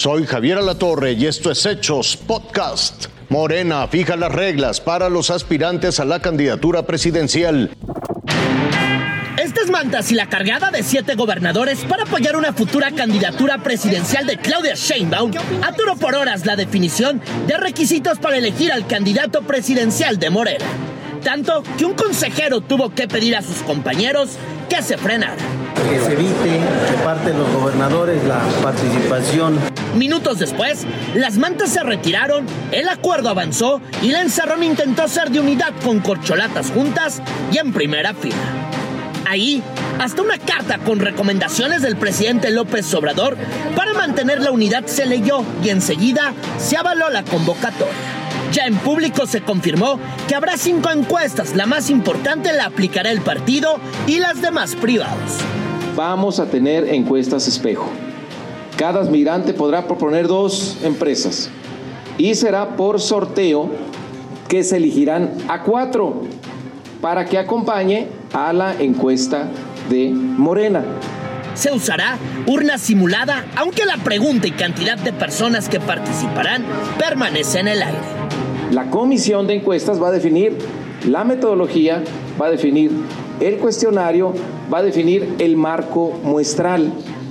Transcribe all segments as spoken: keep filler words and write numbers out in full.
Soy Javier Alatorre y esto es Hechos Podcast. Morena fija las reglas para los aspirantes a la candidatura presidencial. Estas mantas y la cargada de siete gobernadores para apoyar una futura candidatura presidencial de Claudia Sheinbaum aturó por horas la definición de requisitos para elegir al candidato presidencial de Morena. Tanto que un consejero tuvo que pedir a sus compañeros que se frenaran. Que se evite de parte de los gobernadores la participación. Minutos después, las mantas se retiraron, el acuerdo avanzó y la encerrón intentó ser de unidad con corcholatas juntas y en primera fila. Ahí, hasta una carta con recomendaciones del presidente López Obrador para mantener la unidad se leyó y enseguida se avaló la convocatoria. Ya en público se confirmó que habrá cinco encuestas, la más importante la aplicará el partido y las demás privados. Vamos a tener encuestas espejo. Cada aspirante podrá proponer dos empresas y será por sorteo que se elegirán a cuatro para que acompañe a la encuesta de Morena. Se usará urna simulada, aunque la pregunta y cantidad de personas que participarán permanece en el aire. La comisión de encuestas va a definir la metodología, va a definir el cuestionario, va a definir el marco muestral.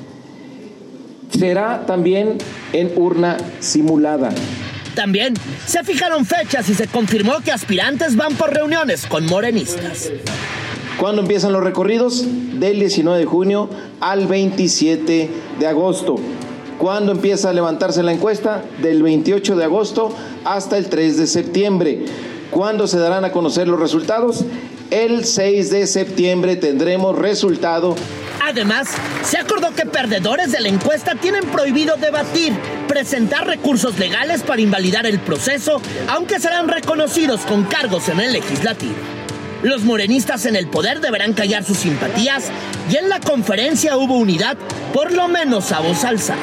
Será también en urna simulada. También se fijaron fechas y se confirmó que aspirantes van por reuniones con morenistas. ¿Cuándo empiezan los recorridos? Del diecinueve de junio al veintisiete de agosto. ¿Cuándo empieza a levantarse la encuesta? Del veintiocho de agosto hasta el tres de septiembre. ¿Cuándo se darán a conocer los resultados? El seis de septiembre tendremos resultado. Además, se acordó que perdedores de la encuesta tienen prohibido debatir, presentar recursos legales para invalidar el proceso, aunque serán reconocidos con cargos en el legislativo. Los morenistas en el poder deberán callar sus simpatías y en la conferencia hubo unidad, por lo menos a voz alzada.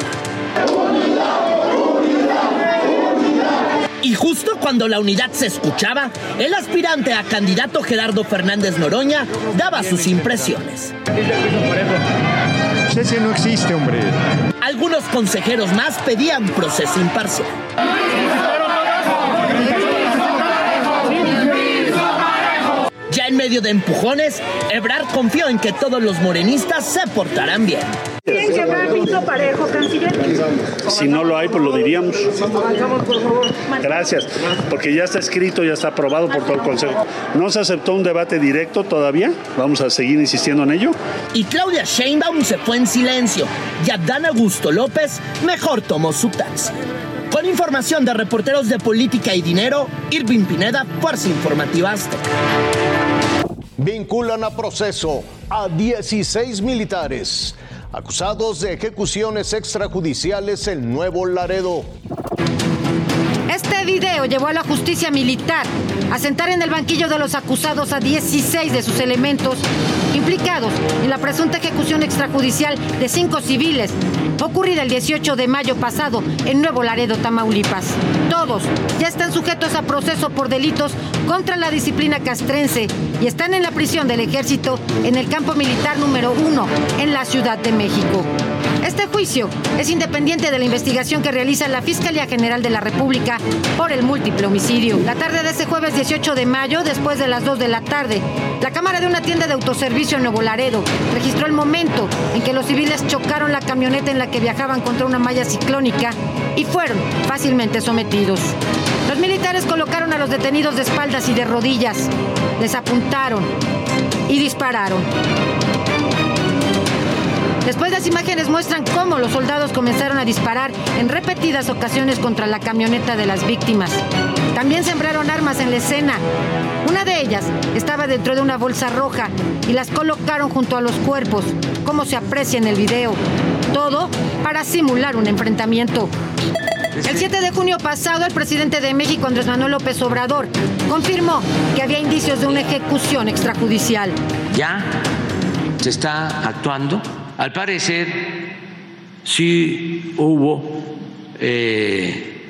Y justo cuando la unidad se escuchaba, el aspirante a candidato Gerardo Fernández Noroña daba sus impresiones. Ese no existe, hombre. Algunos consejeros más pedían proceso imparcial. Ya en medio de empujones, Ebrard confió en que todos los morenistas se portarán bien. ¿Quieren llevar piso parejo, canciller? Si no lo hay, pues lo diríamos. Gracias, porque ya está escrito, ya está aprobado por todo el Consejo. No se aceptó un debate directo todavía, vamos a seguir insistiendo en ello. Y Claudia Sheinbaum se fue en silencio, y Adán Augusto López mejor tomó su taxi. Con información de reporteros de Política y Dinero, Irving Pineda, Fuerza Informativa Azteca. Vinculan a proceso a dieciséis militares acusados de ejecuciones extrajudiciales en Nuevo Laredo. Este video llevó a la justicia militar a sentar en el banquillo de los acusados a dieciséis de sus elementos implicados en la presunta ejecución extrajudicial de cinco civiles ocurrida el dieciocho de mayo pasado en Nuevo Laredo, Tamaulipas. Todos ya están sujetos a proceso por delitos contra la disciplina castrense y están en la prisión del Ejército en el campo militar número uno en la Ciudad de México. Este juicio es independiente de la investigación que realiza la Fiscalía General de la República por el múltiple homicidio. La tarde de ese jueves dieciocho de mayo, después de las dos de la tarde, la cámara de una tienda de autoservicio en Nuevo Laredo registró el momento en que los civiles chocaron la camioneta en la que viajaban contra una malla ciclónica y fueron fácilmente sometidos. Los militares colocaron a los detenidos de espaldas y de rodillas, les apuntaron y dispararon. Después las imágenes muestran cómo los soldados comenzaron a disparar en repetidas ocasiones contra la camioneta de las víctimas. También sembraron armas en la escena. Una de ellas estaba dentro de una bolsa roja y las colocaron junto a los cuerpos, como se aprecia en el video. Todo para simular un enfrentamiento. El siete de junio pasado, el presidente de México, Andrés Manuel López Obrador, confirmó que había indicios de una ejecución extrajudicial. Ya se está actuando. Al parecer, sí hubo eh,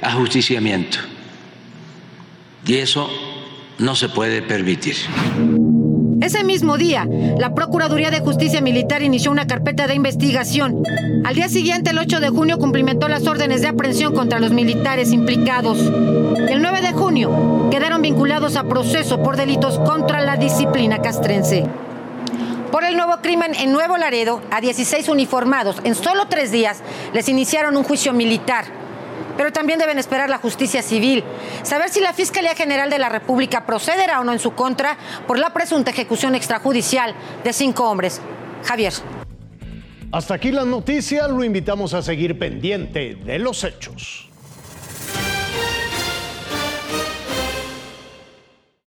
ajusticiamiento y eso no se puede permitir. Ese mismo día, la Procuraduría de Justicia Militar inició una carpeta de investigación. Al día siguiente, el ocho de junio, cumplimentó las órdenes de aprehensión contra los militares implicados. El nueve de junio, quedaron vinculados a proceso por delitos contra la disciplina castrense. Por el nuevo crimen en Nuevo Laredo, a dieciséis uniformados, en solo tres días, les iniciaron un juicio militar. Pero también deben esperar la justicia civil, saber si la Fiscalía General de la República procederá o no en su contra por la presunta ejecución extrajudicial de cinco hombres. Javier. Hasta aquí las noticias, lo invitamos a seguir pendiente de los hechos.